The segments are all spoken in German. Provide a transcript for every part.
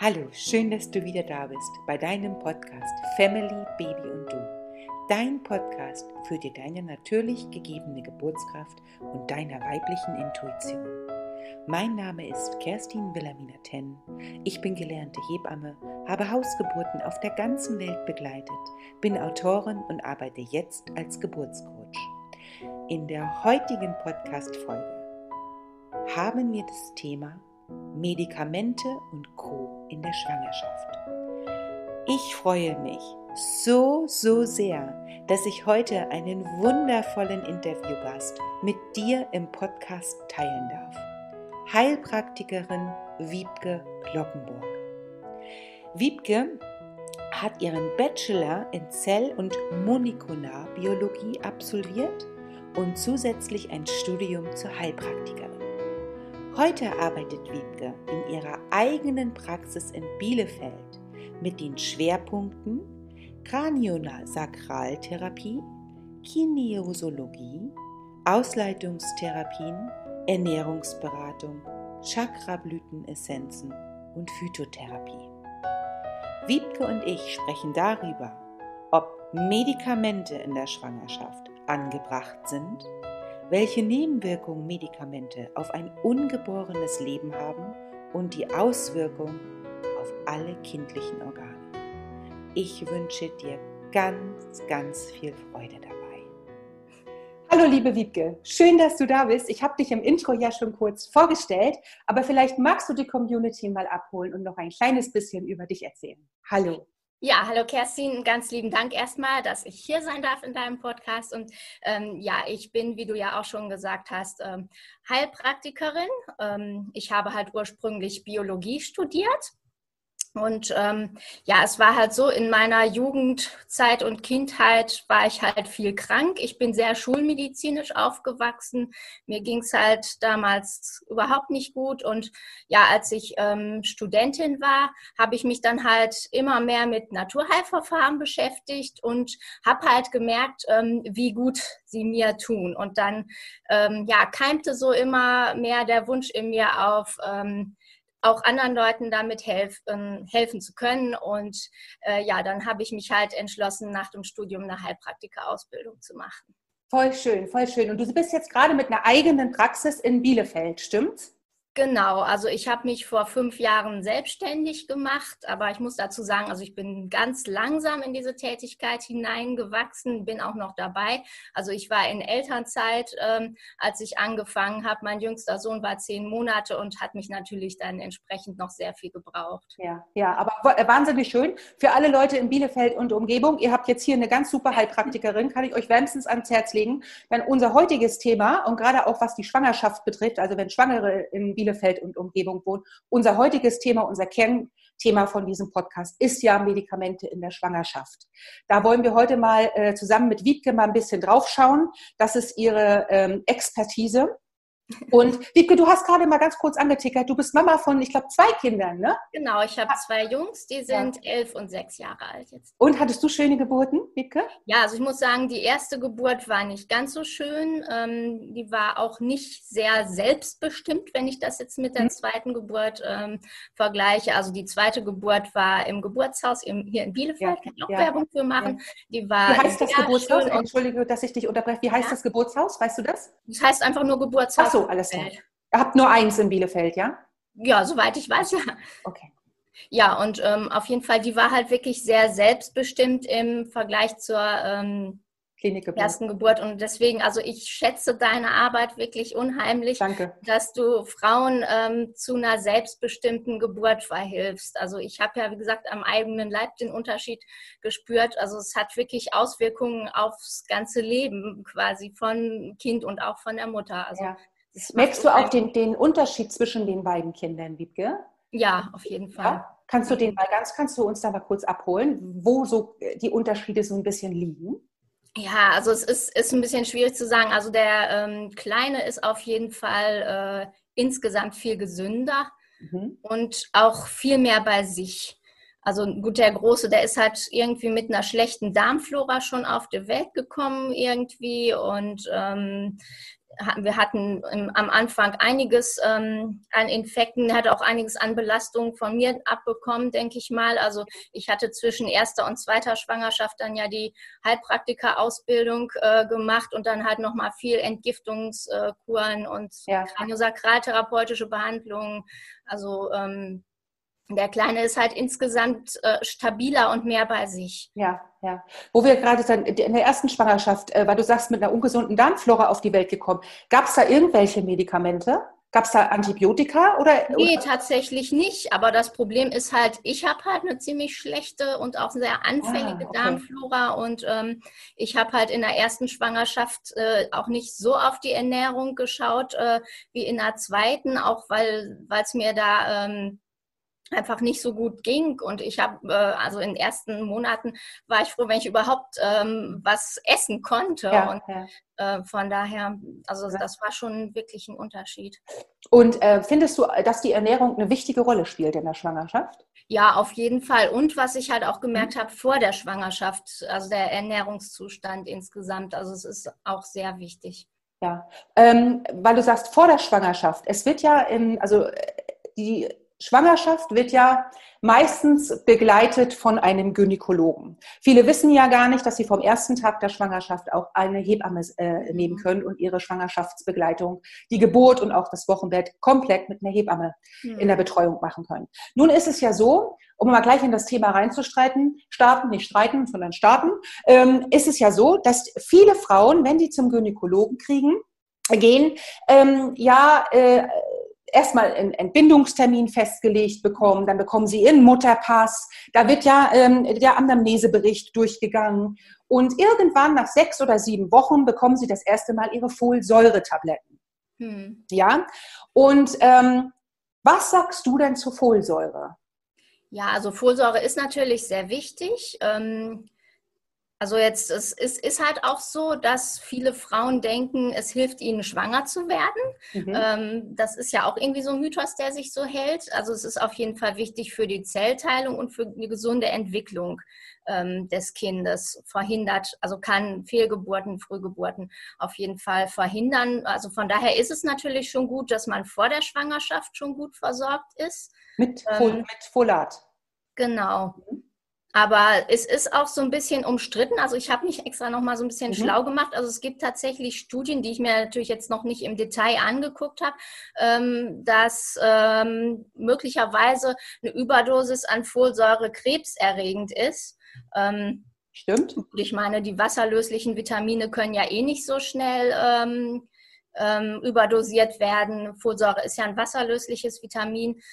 Hallo, schön, dass du wieder da bist bei deinem Podcast Family, Baby und Du. Dein Podcast führt dir deine natürlich gegebene Geburtskraft und deiner weiblichen Intuition. Mein Name ist Kerstin Wilhelmina Tenn. Ich bin gelernte Hebamme, habe Hausgeburten auf der ganzen Welt begleitet, bin Autorin und arbeite jetzt als Geburtscoach. In der heutigen Podcast-Folge haben wir das Thema Medikamente und Co. in der Schwangerschaft. Ich freue mich so sehr, dass ich heute einen wundervollen Interviewgast mit dir im Podcast teilen darf. Heilpraktikerin Wiebke Kloppenburg. Wiebke hat ihren Bachelor in Zell- und Molekularbiologie absolviert und zusätzlich ein Studium zur Heilpraktikerin. Heute arbeitet Wiebke in ihrer eigenen Praxis in Bielefeld mit den Schwerpunkten Kraniosakraltherapie, Kinesiologie, Ausleitungstherapien, Ernährungsberatung, Chakrablütenessenzen und Phytotherapie. Wiebke und ich sprechen darüber, ob Medikamente in der Schwangerschaft angebracht sind, welche Nebenwirkungen Medikamente auf ein ungeborenes Leben haben und die Auswirkungen auf alle kindlichen Organe. Ich wünsche dir ganz viel Freude dabei. Hallo liebe Wiebke, schön, dass du da bist. Ich habe dich im Intro ja schon kurz vorgestellt, aber vielleicht magst du die Community mal abholen und noch ein kleines bisschen über dich erzählen. Hallo. Ja, hallo Kerstin, ganz lieben Dank erstmal, dass ich hier sein darf in deinem Podcast. Und ich bin, wie du ja auch schon gesagt hast, Heilpraktikerin. Ich habe halt ursprünglich Biologie studiert. Und es war halt so, in meiner Jugendzeit und Kindheit war ich halt viel krank. Ich bin sehr schulmedizinisch aufgewachsen. Mir ging es halt damals überhaupt nicht gut. Und ja, als ich Studentin war, habe ich mich dann halt immer mehr mit Naturheilverfahren beschäftigt und habe halt gemerkt, wie gut sie mir tun. Und dann keimte so immer mehr der Wunsch in mir auf, auch anderen Leuten damit helfen zu können. Und dann habe ich mich halt entschlossen, nach dem Studium eine Heilpraktikerausbildung zu machen. Voll schön, voll schön. Und du bist jetzt gerade mit einer eigenen Praxis in Bielefeld, stimmt's? Genau, also ich habe mich vor 5 Jahren selbstständig gemacht, aber ich muss dazu sagen, also ich bin ganz langsam in diese Tätigkeit hineingewachsen, bin auch noch dabei. Also ich war in Elternzeit, als ich angefangen habe. Mein jüngster Sohn war 10 Monate und hat mich natürlich dann entsprechend noch sehr viel gebraucht. Ja, aber wahnsinnig schön. Für alle Leute in Bielefeld und Umgebung, ihr habt jetzt hier eine ganz super Heilpraktikerin, kann ich euch wärmstens ans Herz legen. Denn unser heutiges Thema und gerade auch was die Schwangerschaft betrifft, also wenn Schwangere in Bielefeld und Umgebung wohnen, unser heutiges Thema, unser Kernthema von diesem Podcast ist ja Medikamente in der Schwangerschaft. Da wollen wir heute mal zusammen mit Wiebke mal ein bisschen draufschauen. Das ist ihre Expertise. Und Wiebke, du hast gerade mal ganz kurz angetickert, du bist Mama von, ich glaube, 2 Kindern, ne? Genau, ich habe 2 Jungs, die sind 11 und 6 Jahre alt jetzt. Und hattest du schöne Geburten, Wiebke? Ja, also ich muss sagen, die erste Geburt war nicht ganz so schön. Die war auch nicht sehr selbstbestimmt, wenn ich das jetzt mit der zweiten Geburt vergleiche. Also die zweite Geburt war im Geburtshaus hier in Bielefeld, kann ich auch Werbung für machen. Ja. Die war Wie heißt das Geburtshaus? schön. Entschuldige, dass ich dich unterbreche. Wie heißt das Geburtshaus? Weißt du das? Das heißt einfach nur Geburtshaus. Ach so, alles klar. Ihr habt nur eins in Bielefeld, ja? Ja, soweit ich weiß, ja. Okay. Ja, und auf jeden Fall, die war halt wirklich sehr selbstbestimmt im Vergleich zur ersten Geburt. Und deswegen, also ich schätze deine Arbeit wirklich unheimlich, Danke, dass du Frauen zu einer selbstbestimmten Geburt verhilfst. Also ich habe ja, wie gesagt, am eigenen Leib den Unterschied gespürt. Also es hat wirklich Auswirkungen aufs ganze Leben quasi von Kind und auch von der Mutter. Also merkst du auch den Unterschied zwischen den beiden Kindern, Wiebke? Ja, auf jeden Fall. Ja? Kannst du uns da mal kurz abholen, wo so die Unterschiede so ein bisschen liegen? Ja, also es ist ein bisschen schwierig zu sagen. Also der Kleine ist auf jeden Fall insgesamt viel gesünder und auch viel mehr bei sich. Also gut, der Große, der ist halt irgendwie mit einer schlechten Darmflora schon auf die Welt gekommen irgendwie und wir hatten am Anfang einiges an Infekten, hatte auch einiges an Belastungen von mir abbekommen, denke ich mal. Also ich hatte zwischen erster und zweiter Schwangerschaft dann ja die Heilpraktika-Ausbildung gemacht und dann halt nochmal viel Entgiftungskuren und kraniosakraltherapeutische Behandlungen. Also der Kleine ist halt insgesamt stabiler und mehr bei sich. Ja, ja. Wo wir gerade dann in der ersten Schwangerschaft, weil du sagst, mit einer ungesunden Darmflora auf die Welt gekommen, gab es da irgendwelche Medikamente? Gab es da Antibiotika? Nee, tatsächlich nicht. Aber das Problem ist halt, ich habe halt eine ziemlich schlechte und auch sehr anfällige Darmflora. Und ich habe halt in der ersten Schwangerschaft auch nicht so auf die Ernährung geschaut wie in der zweiten, auch weil es mir da einfach nicht so gut ging. Und ich habe, also in den ersten Monaten war ich froh, wenn ich überhaupt was essen konnte. Ja, und von daher, also das war schon wirklich ein Unterschied. Und findest du, dass die Ernährung eine wichtige Rolle spielt in der Schwangerschaft? Ja, auf jeden Fall. Und was ich halt auch gemerkt habe vor der Schwangerschaft, also der Ernährungszustand insgesamt, also es ist auch sehr wichtig. Ja, weil du sagst, vor der Schwangerschaft, es wird ja die Schwangerschaft wird ja meistens begleitet von einem Gynäkologen. Viele wissen ja gar nicht, dass sie vom ersten Tag der Schwangerschaft auch eine Hebamme nehmen können und ihre Schwangerschaftsbegleitung, die Geburt und auch das Wochenbett komplett mit einer Hebamme in der Betreuung machen können. Nun ist es ja so, um mal gleich in das Thema reinzustreiten, nicht streiten, sondern starten, ist es ja so, dass viele Frauen, wenn die zum Gynäkologen gehen, erstmal einen Entbindungstermin festgelegt bekommen, dann bekommen sie ihren Mutterpass, da wird ja der Anamnesebericht durchgegangen und irgendwann nach 6 oder 7 Wochen bekommen sie das erste Mal ihre Folsäure-Tabletten. Ja, und was sagst du denn zur Folsäure? Ja, also Folsäure ist natürlich sehr wichtig. Also jetzt, es ist halt auch so, dass viele Frauen denken, es hilft ihnen, schwanger zu werden. Das ist ja auch irgendwie so ein Mythos, der sich so hält. Also es ist auf jeden Fall wichtig für die Zellteilung und für die gesunde Entwicklung des Kindes. Also kann Fehlgeburten, Frühgeburten auf jeden Fall verhindern. Also von daher ist es natürlich schon gut, dass man vor der Schwangerschaft schon gut versorgt ist. Mit Folat. Genau. Aber es ist auch so ein bisschen umstritten. Also ich habe mich extra noch mal so ein bisschen schlau gemacht. Also es gibt tatsächlich Studien, die ich mir natürlich jetzt noch nicht im Detail angeguckt habe, dass möglicherweise eine Überdosis an Folsäure krebserregend ist. Stimmt. Ich meine, die wasserlöslichen Vitamine können ja eh nicht so schnell überdosiert werden. Folsäure ist ja ein wasserlösliches Vitamin.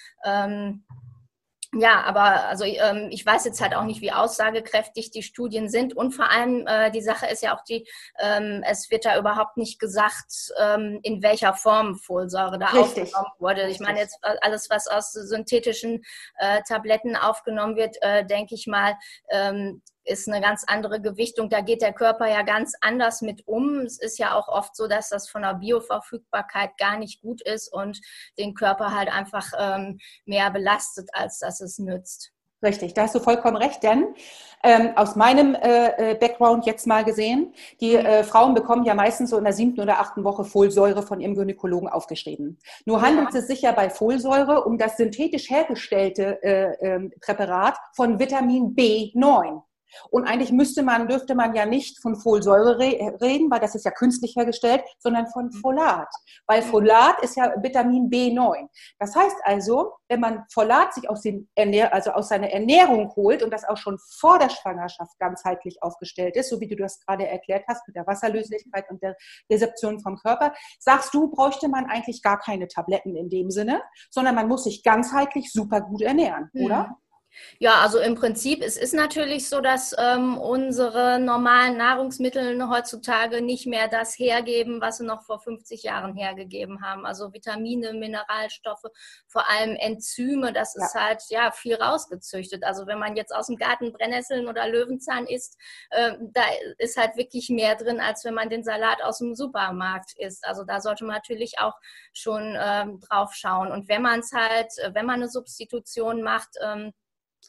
Ja, aber also ich weiß jetzt halt auch nicht, wie aussagekräftig die Studien sind und vor allem die Sache ist ja auch es wird da überhaupt nicht gesagt, in welcher Form Folsäure da aufgenommen wurde. Ich meine jetzt alles, was aus synthetischen Tabletten aufgenommen wird, denke ich mal, ist eine ganz andere Gewichtung. Da geht der Körper ja ganz anders mit um. Es ist ja auch oft so, dass das von der Bioverfügbarkeit gar nicht gut ist und den Körper halt einfach mehr belastet, als dass es nützt. Richtig, da hast du vollkommen recht, denn aus meinem Background jetzt mal gesehen, die Frauen bekommen ja meistens so in der 7. oder 8. Woche Folsäure von ihrem Gynäkologen aufgeschrieben. Nur handelt es sich ja bei Folsäure um das synthetisch hergestellte Präparat von Vitamin B9. Und eigentlich dürfte man ja nicht von Folsäure reden, weil das ist ja künstlich hergestellt, sondern von Folat. Weil Folat ist ja Vitamin B9. Das heißt also, wenn man Folat sich aus seiner Ernährung holt und das auch schon vor der Schwangerschaft ganzheitlich aufgestellt ist, so wie du das gerade erklärt hast mit der Wasserlöslichkeit und der Rezeption vom Körper, sagst du, bräuchte man eigentlich gar keine Tabletten in dem Sinne, sondern man muss sich ganzheitlich super gut ernähren, oder? Ja, also im Prinzip, es ist natürlich so, dass unsere normalen Nahrungsmittel heutzutage nicht mehr das hergeben, was sie noch vor 50 Jahren hergegeben haben. Also Vitamine, Mineralstoffe, vor allem Enzyme, das ist halt viel rausgezüchtet. Also wenn man jetzt aus dem Garten Brennnesseln oder Löwenzahn isst, da ist halt wirklich mehr drin, als wenn man den Salat aus dem Supermarkt isst. Also da sollte man natürlich auch schon drauf schauen. Und wenn man eine Substitution macht,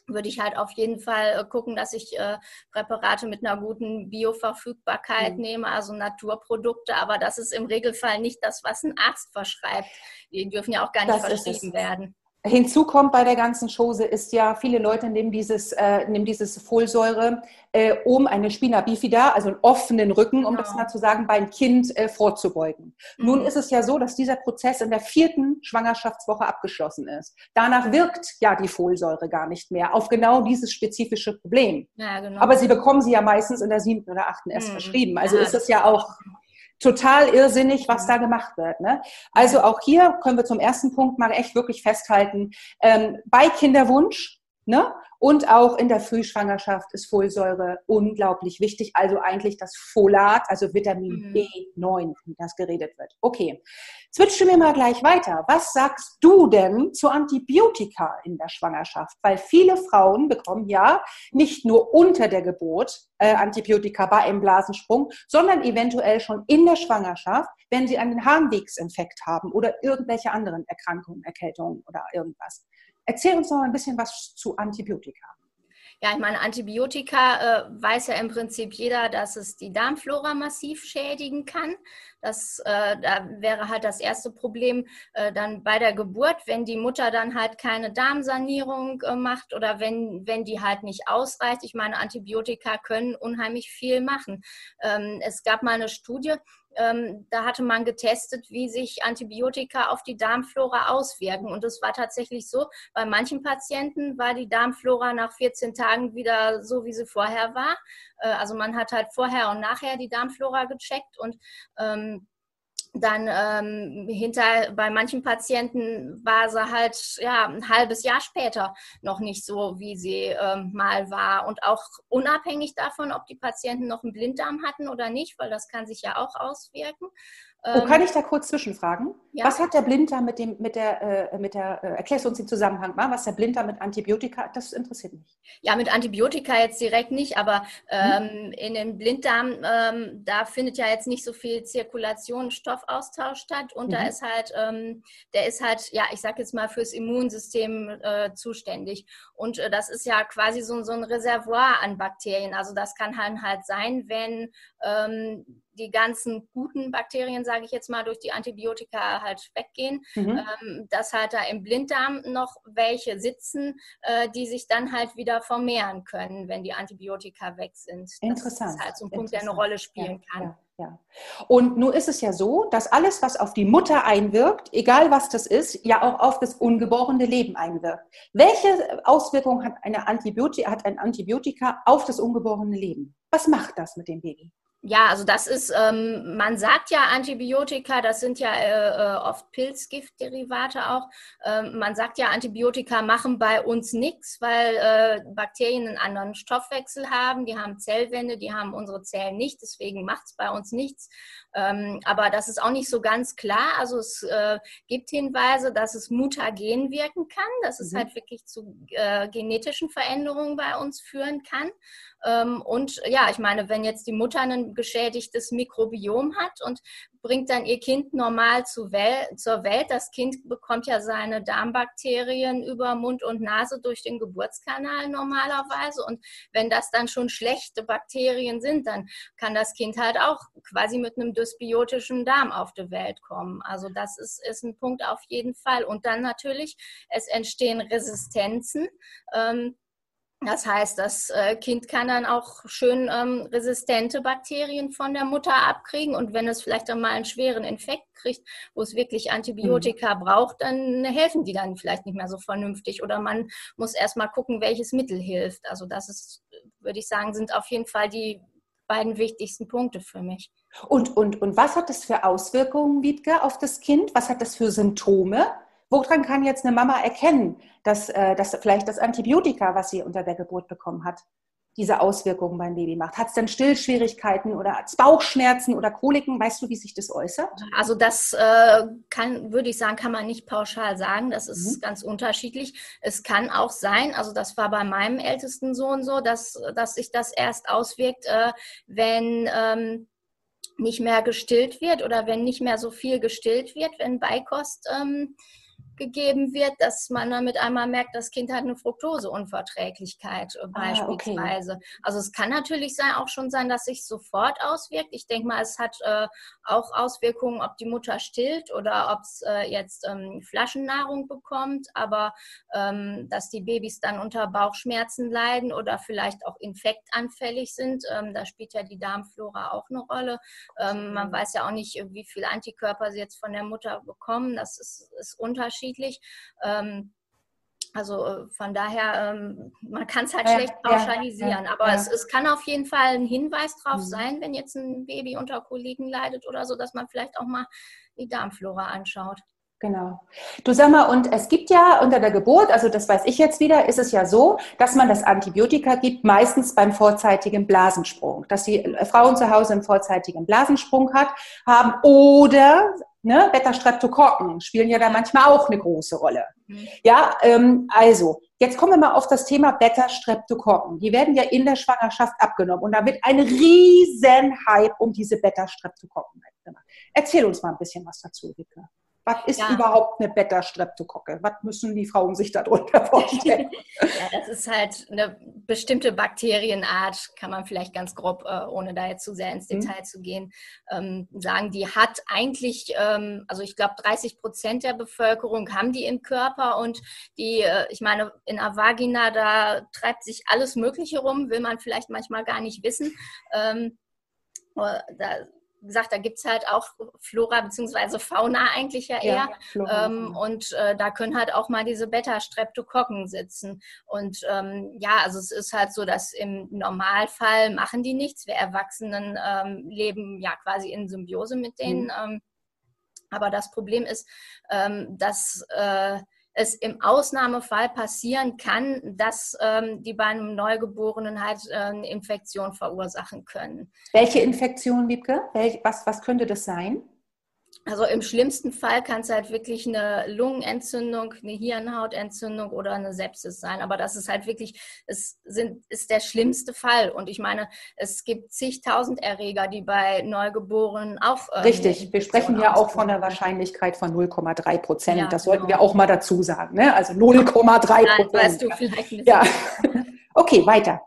würde ich halt auf jeden Fall gucken, dass ich Präparate mit einer guten Bioverfügbarkeit nehme, also Naturprodukte. Aber das ist im Regelfall nicht das, was ein Arzt verschreibt. Die dürfen ja auch gar nicht verschrieben werden. Hinzu kommt bei der ganzen Chose ist ja, viele Leute nehmen dieses Folsäure, um eine Spina bifida, also einen offenen Rücken, um das mal zu sagen, beim Kind vorzubeugen. Nun ist es ja so, dass dieser Prozess in der 4. Schwangerschaftswoche abgeschlossen ist. Danach wirkt ja die Folsäure gar nicht mehr auf genau dieses spezifische Problem. Ja, genau. Aber sie bekommen sie ja meistens in der 7. oder 8. erst verschrieben. Also ist es ja auch total irrsinnig, was da gemacht wird. Ne? Also auch hier können wir zum ersten Punkt mal echt wirklich festhalten, bei Kinderwunsch, ne? Und auch in der Frühschwangerschaft ist Folsäure unglaublich wichtig. Also eigentlich das Folat, also Vitamin B9, um das geredet wird. Okay, switchen wir mal gleich weiter. Was sagst du denn zu Antibiotika in der Schwangerschaft? Weil viele Frauen bekommen ja nicht nur unter der Geburt Antibiotika bei einem Blasensprung, sondern eventuell schon in der Schwangerschaft, wenn sie einen Harnwegsinfekt haben oder irgendwelche anderen Erkrankungen, Erkältungen oder irgendwas. Erzähl uns noch mal ein bisschen was zu Antibiotika. Ja, ich meine, Antibiotika weiß ja im Prinzip jeder, dass es die Darmflora massiv schädigen kann. Da wäre halt das erste Problem dann bei der Geburt, wenn die Mutter dann halt keine Darmsanierung macht oder wenn die halt nicht ausreicht. Ich meine, Antibiotika können unheimlich viel machen. Es gab mal eine Studie, da hatte man getestet, wie sich Antibiotika auf die Darmflora auswirken. Und es war tatsächlich so, bei manchen Patienten war die Darmflora nach 14 Tagen wieder so, wie sie vorher war. Also man hat halt vorher und nachher die Darmflora gecheckt und bei manchen Patienten war sie halt ein halbes Jahr später noch nicht so, wie sie mal war. Und auch unabhängig davon, ob die Patienten noch einen Blinddarm hatten oder nicht, weil das kann sich ja auch auswirken. Kann ich da kurz zwischenfragen? Ja? Was hat der Blinddarm erklärst du uns den Zusammenhang mal, was der Blinddarm mit Antibiotika hat? Das interessiert mich. Ja, mit Antibiotika jetzt direkt nicht, aber in den Blinddarm, da findet ja jetzt nicht so viel Zirkulation, Stoffaustausch statt und da ist halt, der ist halt, ja, ich sag jetzt mal fürs Immunsystem zuständig und das ist ja quasi so ein Reservoir an Bakterien, also das kann halt sein, wenn die ganzen guten Bakterien, sage ich jetzt mal, durch die Antibiotika halt weggehen, dass halt da im Blinddarm noch welche sitzen, die sich dann halt wieder vermehren können, wenn die Antibiotika weg sind. Interessant. Das ist halt so ein Punkt, der eine Rolle spielen kann. Ja. Und nun ist es ja so, dass alles, was auf die Mutter einwirkt, egal was das ist, ja auch auf das ungeborene Leben einwirkt. Welche Auswirkungen hat ein Antibiotika auf das ungeborene Leben? Was macht das mit dem Baby? Ja, also das ist, man sagt ja Antibiotika, das sind ja oft Pilzgiftderivate auch. Man sagt ja, Antibiotika machen bei uns nichts, weil Bakterien einen anderen Stoffwechsel haben, die haben Zellwände, die haben unsere Zellen nicht, deswegen macht es bei uns nichts. Aber das ist auch nicht so ganz klar. Also es gibt Hinweise, dass es mutagen wirken kann, dass es halt wirklich zu genetischen Veränderungen bei uns führen kann. Und ja, ich meine, wenn jetzt die Mutter ein geschädigtes Mikrobiom hat und bringt dann ihr Kind normal zur Welt. Das Kind bekommt ja seine Darmbakterien über Mund und Nase durch den Geburtskanal normalerweise. Und wenn das dann schon schlechte Bakterien sind, dann kann das Kind halt auch quasi mit einem dysbiotischen Darm auf die Welt kommen. Also das ist ein Punkt auf jeden Fall. Und dann natürlich, es entstehen Resistenzen. Das heißt, das Kind kann dann auch schön resistente Bakterien von der Mutter abkriegen und wenn es vielleicht dann mal einen schweren Infekt kriegt, wo es wirklich Antibiotika braucht, dann helfen die dann vielleicht nicht mehr so vernünftig oder man muss erstmal gucken, welches Mittel hilft. Also das ist, würde ich sagen, sind auf jeden Fall die beiden wichtigsten Punkte für mich. Und was hat das für Auswirkungen, Wiebke, auf das Kind? Was hat das für Symptome? Woran kann jetzt eine Mama erkennen, dass vielleicht das Antibiotika, was sie unter der Geburt bekommen hat, diese Auswirkungen beim Baby macht? Hat es dann Stillschwierigkeiten oder Bauchschmerzen oder Koliken? Weißt du, wie sich das äußert? Also das würde ich sagen, kann man nicht pauschal sagen. Das ist ganz unterschiedlich. Es kann auch sein, also das war bei meinem ältesten Sohn so, dass sich das erst auswirkt, wenn nicht mehr gestillt wird oder wenn nicht mehr so viel gestillt wird, wenn Beikost gegeben wird, dass man dann mit einmal merkt, das Kind hat eine Fructoseunverträglichkeit beispielsweise. Okay. Also es kann natürlich auch schon sein, dass sich sofort auswirkt. Ich denke mal, es hat auch Auswirkungen, ob die Mutter stillt oder ob es jetzt Flaschennahrung bekommt, aber dass die Babys dann unter Bauchschmerzen leiden oder vielleicht auch infektanfällig sind, da spielt ja die Darmflora auch eine Rolle. Man weiß ja auch nicht, wie viel Antikörper sie jetzt von der Mutter bekommen. Das ist unterschiedlich. Also von daher, man kann es halt schlecht pauschalisieren. Aber es kann auf jeden Fall ein Hinweis drauf sein, wenn jetzt ein Baby unter Koliken leidet oder so, dass man vielleicht auch mal die Darmflora anschaut. Genau. Du, sag mal, und es gibt ja unter der Geburt, also das weiß ich jetzt wieder, ist es ja so, dass man das Antibiotika gibt, meistens beim vorzeitigen Blasensprung, dass die Frauen zu Hause einen vorzeitigen Blasensprung haben oder Beta-Streptokokken spielen ja da manchmal auch eine große Rolle. Ja, also jetzt kommen wir mal auf das Thema Beta-Streptokokken. Die werden ja in der Schwangerschaft abgenommen und da wird ein riesen Hype um diese Beta-Streptokokken gemacht. Erzähl uns mal ein bisschen was dazu, Wiebke. Was ist überhaupt eine Beta-Streptokocke? Was müssen die Frauen sich darunter vorstellen? Das ist halt eine bestimmte Bakterienart, kann man vielleicht ganz grob, ohne da jetzt zu sehr ins Detail zu gehen, sagen. Die hat eigentlich, also ich glaube 30% der Bevölkerung haben die im Körper und die, ich meine, in der Vagina, da treibt sich alles Mögliche rum, will man vielleicht manchmal gar nicht wissen. Wie gesagt, da gibt es halt auch Flora bzw. Fauna eigentlich ja eher. Und da können halt auch mal diese Beta-Streptokokken sitzen. Und also es ist halt so, dass im Normalfall machen die nichts. Wir Erwachsenen leben ja quasi in Symbiose mit denen. Aber das Problem ist, dass es im Ausnahmefall passieren kann, dass die bei einem Neugeborenen halt eine Infektion verursachen können. Welche Infektion, Wiebke? Was könnte das sein? Also im schlimmsten Fall kann es halt wirklich eine Lungenentzündung, eine Hirnhautentzündung oder eine Sepsis sein. Aber das ist halt wirklich, ist der schlimmste Fall. Und ich meine, es gibt zigtausend Erreger, die bei Neugeborenen auch... Richtig, wir sprechen ja auch von einer Wahrscheinlichkeit von 0,3%. Ja, das sollten wir auch mal dazu sagen. Ne? Also 0,3%. Weißt du vielleicht ein bisschen. Ja. Okay, weiter.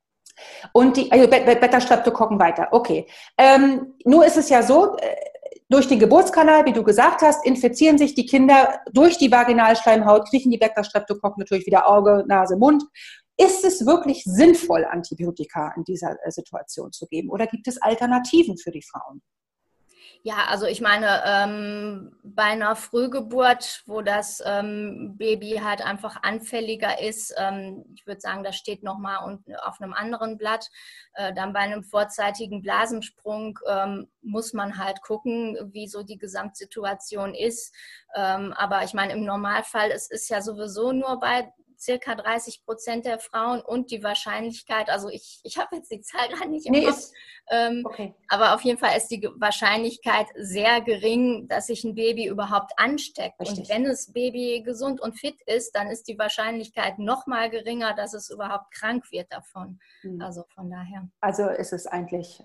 Und Beta-Streptokokken weiter. Okay. Nur ist es ja so... Durch den Geburtskanal, wie du gesagt hast, infizieren sich die Kinder durch die Vaginalschleimhaut, kriechen die Beta-Streptokokken natürlich wieder Auge, Nase, Mund. Ist es wirklich sinnvoll, Antibiotika in dieser Situation zu geben? Oder gibt es Alternativen für die Frauen? Ja, also ich meine, bei einer Frühgeburt, wo das Baby halt einfach anfälliger ist, ich würde sagen, das steht nochmal auf einem anderen Blatt. Dann bei einem vorzeitigen Blasensprung muss man halt gucken, wie so die Gesamtsituation ist. Aber ich meine, im Normalfall, es ist ja sowieso nur bei circa 30% der Frauen und die Wahrscheinlichkeit, also ich habe jetzt die Zahl gerade nicht im Kopf, okay. Aber auf jeden Fall ist die Wahrscheinlichkeit sehr gering, dass sich ein Baby überhaupt ansteckt. Richtig. Und wenn das Baby gesund und fit ist, dann ist die Wahrscheinlichkeit noch mal geringer, dass es überhaupt krank wird davon. Also von daher. Also ist es eigentlich...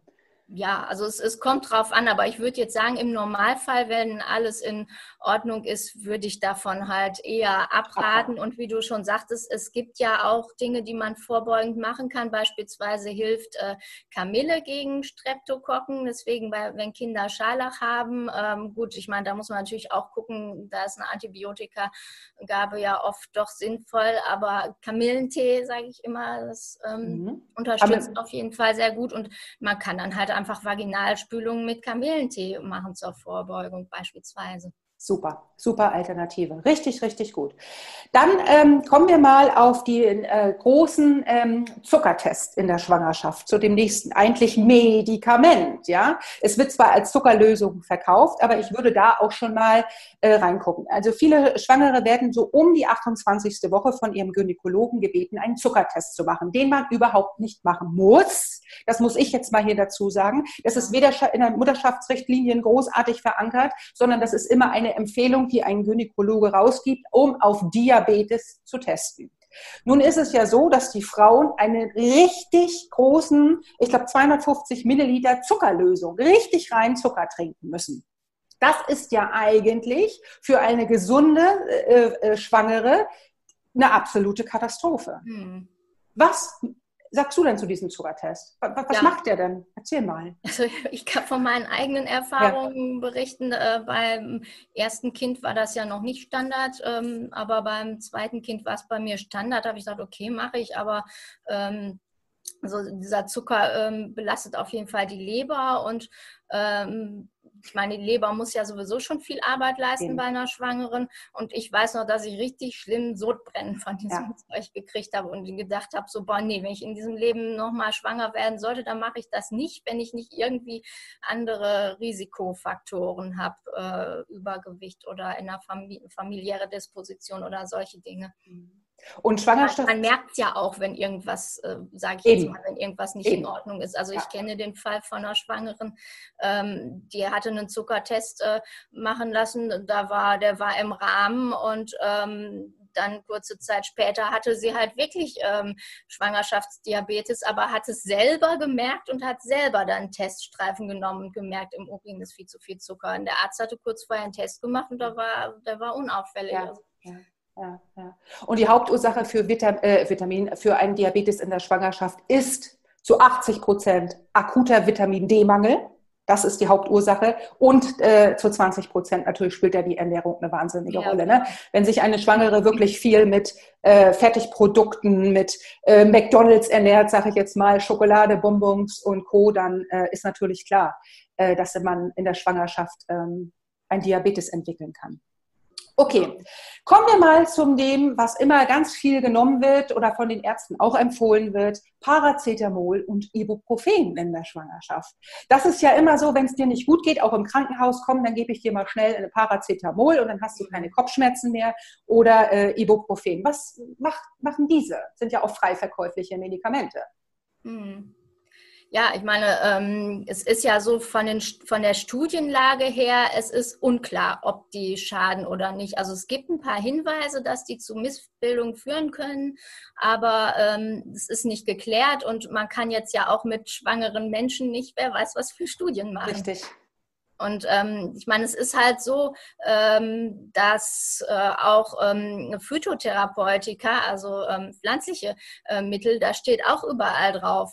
Ja, also es kommt drauf an, aber ich würde jetzt sagen, im Normalfall, wenn alles in Ordnung ist, würde ich davon halt eher abraten. Und wie du schon sagtest, es gibt ja auch Dinge, die man vorbeugend machen kann. Beispielsweise hilft Kamille gegen Streptokokken. Deswegen, wenn Kinder Scharlach haben, gut, ich meine, da muss man natürlich auch gucken, da ist eine Antibiotikagabe ja oft doch sinnvoll. Aber Kamillentee, sage ich immer, das unterstützt auf jeden Fall sehr gut. Und man kann dann halt einfach Vaginalspülungen mit Kamillentee machen zur Vorbeugung beispielsweise. Super, super Alternative. Richtig, richtig gut. Dann kommen wir mal auf den großen Zuckertest in der Schwangerschaft, zu dem nächsten, eigentlich Medikament. Ja, es wird zwar als Zuckerlösung verkauft, aber ich würde da auch schon mal reingucken. Also viele Schwangere werden so um die 28. Woche von ihrem Gynäkologen gebeten, einen Zuckertest zu machen, den man überhaupt nicht machen muss. Das muss ich jetzt mal hier dazu sagen. Das ist weder in den Mutterschaftsrichtlinien großartig verankert, sondern das ist immer eine Empfehlung, die ein Gynäkologe rausgibt, um auf Diabetes zu testen. Nun ist es ja so, dass die Frauen einen richtig großen, ich glaube 250 Milliliter Zuckerlösung, richtig reinen Zucker trinken müssen. Das ist ja eigentlich für eine gesunde Schwangere eine absolute Katastrophe. Was sagst du denn zu diesem Zuckertest? Was macht der denn? Erzähl mal. Also ich kann von meinen eigenen Erfahrungen berichten. Beim ersten Kind war das ja noch nicht Standard, aber beim zweiten Kind war es bei mir Standard. Da habe ich gesagt, okay, mache ich, aber also dieser Zucker belastet auf jeden Fall die Leber und ich meine, die Leber muss ja sowieso schon viel Arbeit leisten bei einer Schwangeren und ich weiß noch, dass ich richtig schlimm Sodbrennen von diesem Zeug gekriegt habe und gedacht habe, so, boah, nee, wenn ich in diesem Leben nochmal schwanger werden sollte, dann mache ich das nicht, wenn ich nicht irgendwie andere Risikofaktoren habe, Übergewicht oder in einer familiäre Disposition oder solche Dinge. Und Schwangerschaft. Man merkt es ja auch, wenn irgendwas, sage ich jetzt mal, wenn irgendwas nicht in Ordnung ist. Also ich kenne den Fall von einer Schwangeren, die hatte einen Zuckertest machen lassen, der war im Rahmen und dann kurze Zeit später hatte sie halt wirklich Schwangerschaftsdiabetes, aber hat es selber gemerkt und hat selber dann Teststreifen genommen und gemerkt, im Urin ist viel zu viel Zucker. Und der Arzt hatte kurz vorher einen Test gemacht und der war unauffällig. Ja. Und die Hauptursache für für einen Diabetes in der Schwangerschaft ist zu 80% akuter Vitamin-D-Mangel. Das ist die Hauptursache. Und zu 20% natürlich spielt ja die Ernährung eine wahnsinnige Rolle. Ne? Wenn sich eine Schwangere wirklich viel mit Fertigprodukten, mit McDonald's ernährt, sage ich jetzt mal, Schokolade, Bonbons und Co., dann ist natürlich klar, dass man in der Schwangerschaft ein Diabetes entwickeln kann. Okay, kommen wir mal zu dem, was immer ganz viel genommen wird oder von den Ärzten auch empfohlen wird, Paracetamol und Ibuprofen in der Schwangerschaft. Das ist ja immer so, wenn es dir nicht gut geht, auch im Krankenhaus, komm, dann gebe ich dir mal schnell eine Paracetamol und dann hast du keine Kopfschmerzen mehr oder Ibuprofen. Was machen diese? Sind ja auch frei verkäufliche Medikamente. Ja, ich meine, es ist ja so von der Studienlage her, es ist unklar, ob die schaden oder nicht. Also es gibt ein paar Hinweise, dass die zu Missbildungen führen können, aber es ist nicht geklärt und man kann jetzt ja auch mit schwangeren Menschen nicht, wer weiß, was für Studien machen. Richtig. Und ich meine, es ist halt so, dass auch Phytotherapeutika, also pflanzliche Mittel, da steht auch überall drauf,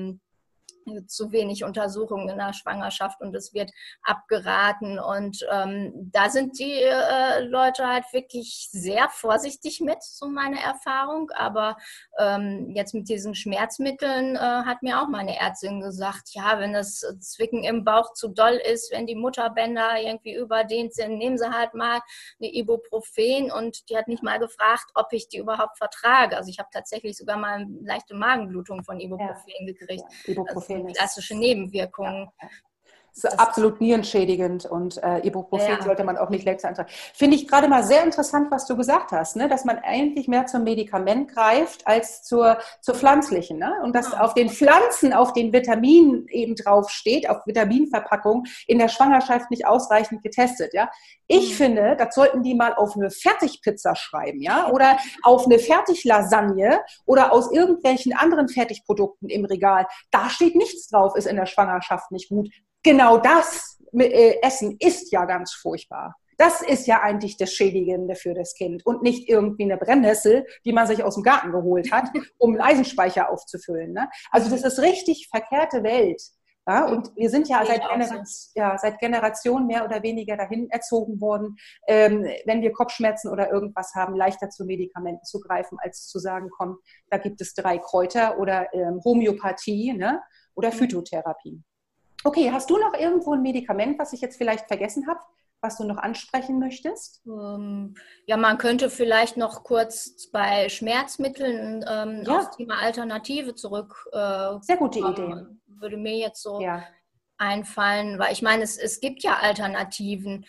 zu wenig Untersuchungen in der Schwangerschaft und es wird abgeraten und da sind die Leute halt wirklich sehr vorsichtig mit, so meine Erfahrung, aber jetzt mit diesen Schmerzmitteln hat mir auch meine Ärztin gesagt, ja, wenn das Zwicken im Bauch zu doll ist, wenn die Mutterbänder irgendwie überdehnt sind, nehmen Sie halt mal eine Ibuprofen und die hat nicht mal gefragt, ob ich die überhaupt vertrage. Also ich habe tatsächlich sogar mal eine leichte Magenblutung von Ibuprofen gekriegt. Ja, Ibuprofen klassische Nebenwirkungen. Das ist absolut nierenschädigend und Ibuprofen sollte man auch nicht längst antragen. Finde ich gerade mal sehr interessant, was du gesagt hast, ne? Dass man eigentlich mehr zum Medikament greift als zur pflanzlichen. Ne? Und dass auf den Pflanzen, auf den Vitaminen eben draufsteht, auf Vitaminverpackung, in der Schwangerschaft nicht ausreichend getestet. Ja? Ich finde, das sollten die mal auf eine Fertigpizza schreiben, ja, oder auf eine Fertiglasagne oder aus irgendwelchen anderen Fertigprodukten im Regal. Da steht nichts drauf, ist in der Schwangerschaft nicht gut. Genau das Essen ist ja ganz furchtbar. Das ist ja eigentlich das Schädigende für das Kind und nicht irgendwie eine Brennnessel, die man sich aus dem Garten geholt hat, um einen Eisenspeicher aufzufüllen. Ne? Also das ist richtig verkehrte Welt. Ja? Und wir sind ja seit Generationen mehr oder weniger dahin erzogen worden, wenn wir Kopfschmerzen oder irgendwas haben, leichter zu Medikamenten zu greifen, als zu sagen, komm, da gibt es 3 Kräuter oder Homöopathie, ne? Oder Phytotherapie. Okay, hast du noch irgendwo ein Medikament, was ich jetzt vielleicht vergessen habe, was du noch ansprechen möchtest? Ja, man könnte vielleicht noch kurz bei Schmerzmitteln aufs Thema Alternative zurück. Sehr gute Idee. Würde mir jetzt so einfallen, weil ich meine, es gibt ja Alternativen.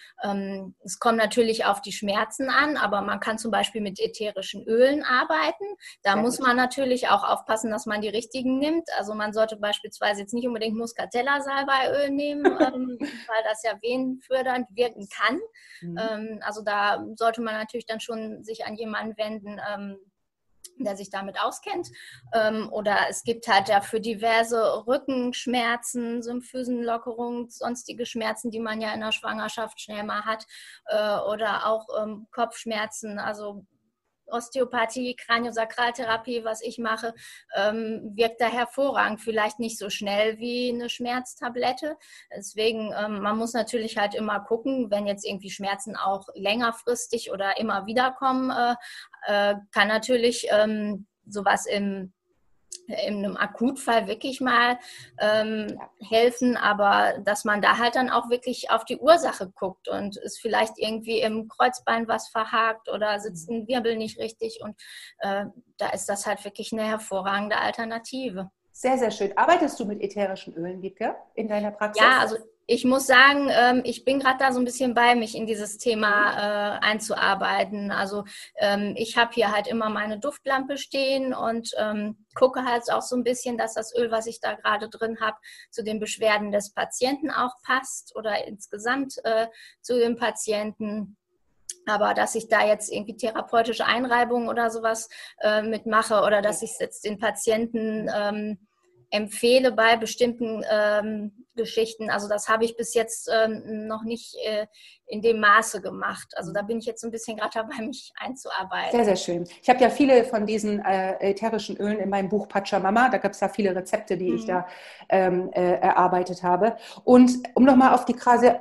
Es kommt natürlich auf die Schmerzen an, aber man kann zum Beispiel mit ätherischen Ölen arbeiten. Da muss man natürlich auch aufpassen, dass man die richtigen nimmt. Also man sollte beispielsweise jetzt nicht unbedingt Muscatella-Salbeiöl nehmen, weil das ja venenfördernd wirken kann. Also da sollte man natürlich dann schon sich an jemanden wenden, der sich damit auskennt. Oder es gibt halt ja für diverse Rückenschmerzen, Symphysenlockerung, sonstige Schmerzen, die man ja in der Schwangerschaft schnell mal hat. Oder auch Kopfschmerzen, also Osteopathie, Kraniosakraltherapie, was ich mache, wirkt da hervorragend. Vielleicht nicht so schnell wie eine Schmerztablette. Deswegen, man muss natürlich halt immer gucken, wenn jetzt irgendwie Schmerzen auch längerfristig oder immer wieder kommen, kann natürlich sowas in einem Akutfall wirklich mal helfen, aber dass man da halt dann auch wirklich auf die Ursache guckt und ist vielleicht irgendwie im Kreuzbein was verhakt oder sitzt ein Wirbel nicht richtig und da ist das halt wirklich eine hervorragende Alternative. Sehr, sehr schön. Arbeitest du mit ätherischen Ölen, Wiebke, in deiner Praxis? Ja, also ich muss sagen, ich bin gerade da so ein bisschen bei, mich in dieses Thema einzuarbeiten. Also ich habe hier halt immer meine Duftlampe stehen und gucke halt auch so ein bisschen, dass das Öl, was ich da gerade drin habe, zu den Beschwerden des Patienten auch passt oder insgesamt zu dem Patienten. Aber dass ich da jetzt irgendwie therapeutische Einreibungen oder sowas mitmache oder dass ich jetzt den Patienten empfehle bei bestimmten Geschichten. Also das habe ich bis jetzt noch nicht in dem Maße gemacht. Also da bin ich jetzt ein bisschen gerade dabei, mich einzuarbeiten. Sehr, sehr schön. Ich habe ja viele von diesen ätherischen Ölen in meinem Buch Pachamama. Da gibt es ja viele Rezepte, die ich da erarbeitet habe. Und um nochmal auf die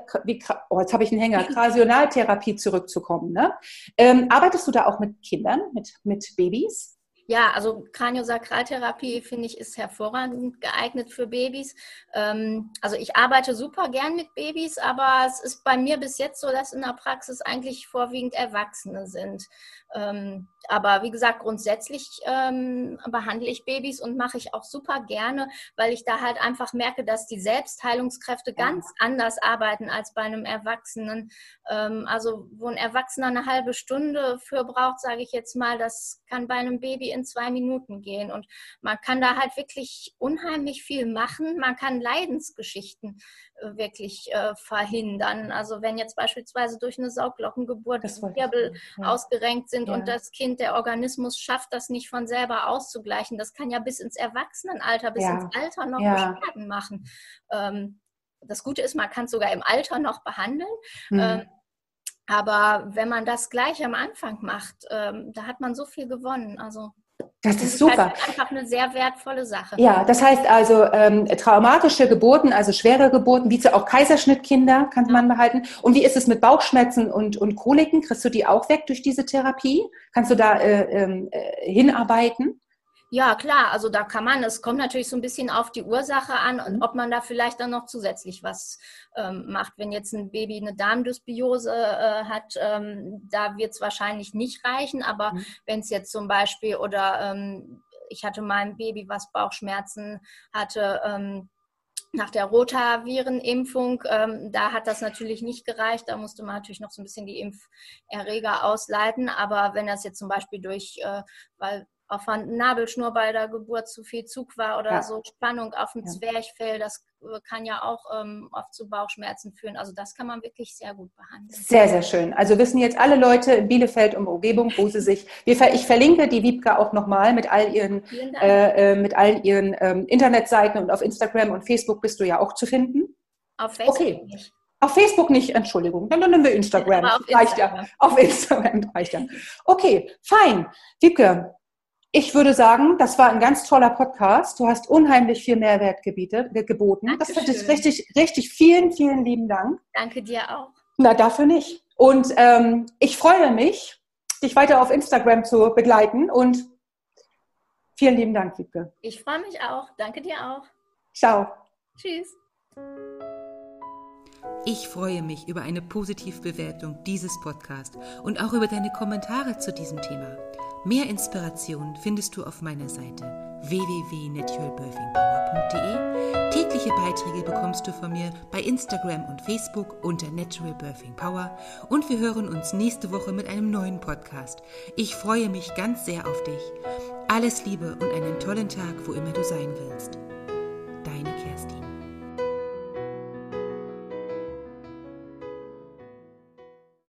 Krasionaltherapie zurückzukommen. Ne? Arbeitest du da auch mit Kindern, mit Babys? Ja, also Kraniosakraltherapie, finde ich, ist hervorragend geeignet für Babys. Also ich arbeite super gern mit Babys, aber es ist bei mir bis jetzt so, dass in der Praxis eigentlich vorwiegend Erwachsene sind. Aber wie gesagt, grundsätzlich behandle ich Babys und mache ich auch super gerne, weil ich da halt einfach merke, dass die Selbstheilungskräfte ganz anders arbeiten als bei einem Erwachsenen. Also wo ein Erwachsener eine halbe Stunde für braucht, sage ich jetzt mal, das kann bei einem Baby in 2 Minuten gehen. Und man kann da halt wirklich unheimlich viel machen. Man kann Leidensgeschichten wirklich verhindern. Also wenn jetzt beispielsweise durch eine Sauglockengeburt Wirbel ausgerenkt sind und das Kind, der Organismus schafft das nicht von selber auszugleichen, das kann ja bis ins Erwachsenenalter, bis ins Alter noch Beschwerden machen. Das Gute ist, man kann es sogar im Alter noch behandeln. Aber wenn man das gleich am Anfang macht, da hat man so viel gewonnen. Also das ist super. Halt einfach eine sehr wertvolle Sache. Ja, das heißt also traumatische Geburten, also schwere Geburten, wie auch Kaiserschnittkinder kann man behalten. Und wie ist es mit Bauchschmerzen und Koliken? Kriegst du die auch weg durch diese Therapie? Kannst du da hinarbeiten? Ja, klar, also da kann man, es kommt natürlich so ein bisschen auf die Ursache an und ob man da vielleicht dann noch zusätzlich was macht. Wenn jetzt ein Baby eine Darmdysbiose hat, da wird es wahrscheinlich nicht reichen, aber wenn es jetzt zum Beispiel ich hatte mal ein Baby, was Bauchschmerzen hatte, nach der Rotavirenimpfung, da hat das natürlich nicht gereicht. Da musste man natürlich noch so ein bisschen die Impferreger ausleiten. Aber wenn das jetzt zum Beispiel weil auf der Nabelschnur bei der Geburt zu viel Zug war oder so Spannung auf dem Zwerchfell, das kann ja auch oft zu Bauchschmerzen führen. Also das kann man wirklich sehr gut behandeln. Sehr, sehr schön. Also wissen jetzt alle Leute in Bielefeld und Umgebung, wo sie sich... Ich verlinke die Wiebke auch nochmal mit all ihren Internetseiten und auf Instagram und Facebook bist du ja auch zu finden. Auf Facebook nicht. Auf Facebook nicht, Entschuldigung. Dann nehmen wir Instagram. Reicht ja. Auf Instagram reicht ja. Okay, fein. Wiebke, ich würde sagen, das war ein ganz toller Podcast. Du hast unheimlich viel Mehrwert geboten. Dankeschön. Das finde ich richtig, richtig. Vielen, vielen lieben Dank. Danke dir auch. Na, dafür nicht. Und ich freue mich, dich weiter auf Instagram zu begleiten. Und vielen lieben Dank, Wiebke. Ich freue mich auch. Danke dir auch. Ciao. Tschüss. Ich freue mich über eine Positivbewertung dieses Podcasts und auch über deine Kommentare zu diesem Thema. Mehr Inspiration findest du auf meiner Seite www.naturalbirthingpower.de. Tägliche Beiträge bekommst du von mir bei Instagram und Facebook unter Natural Birthing Power und wir hören uns nächste Woche mit einem neuen Podcast. Ich freue mich ganz sehr auf dich. Alles Liebe und einen tollen Tag, wo immer du sein willst. Deine Kerstin.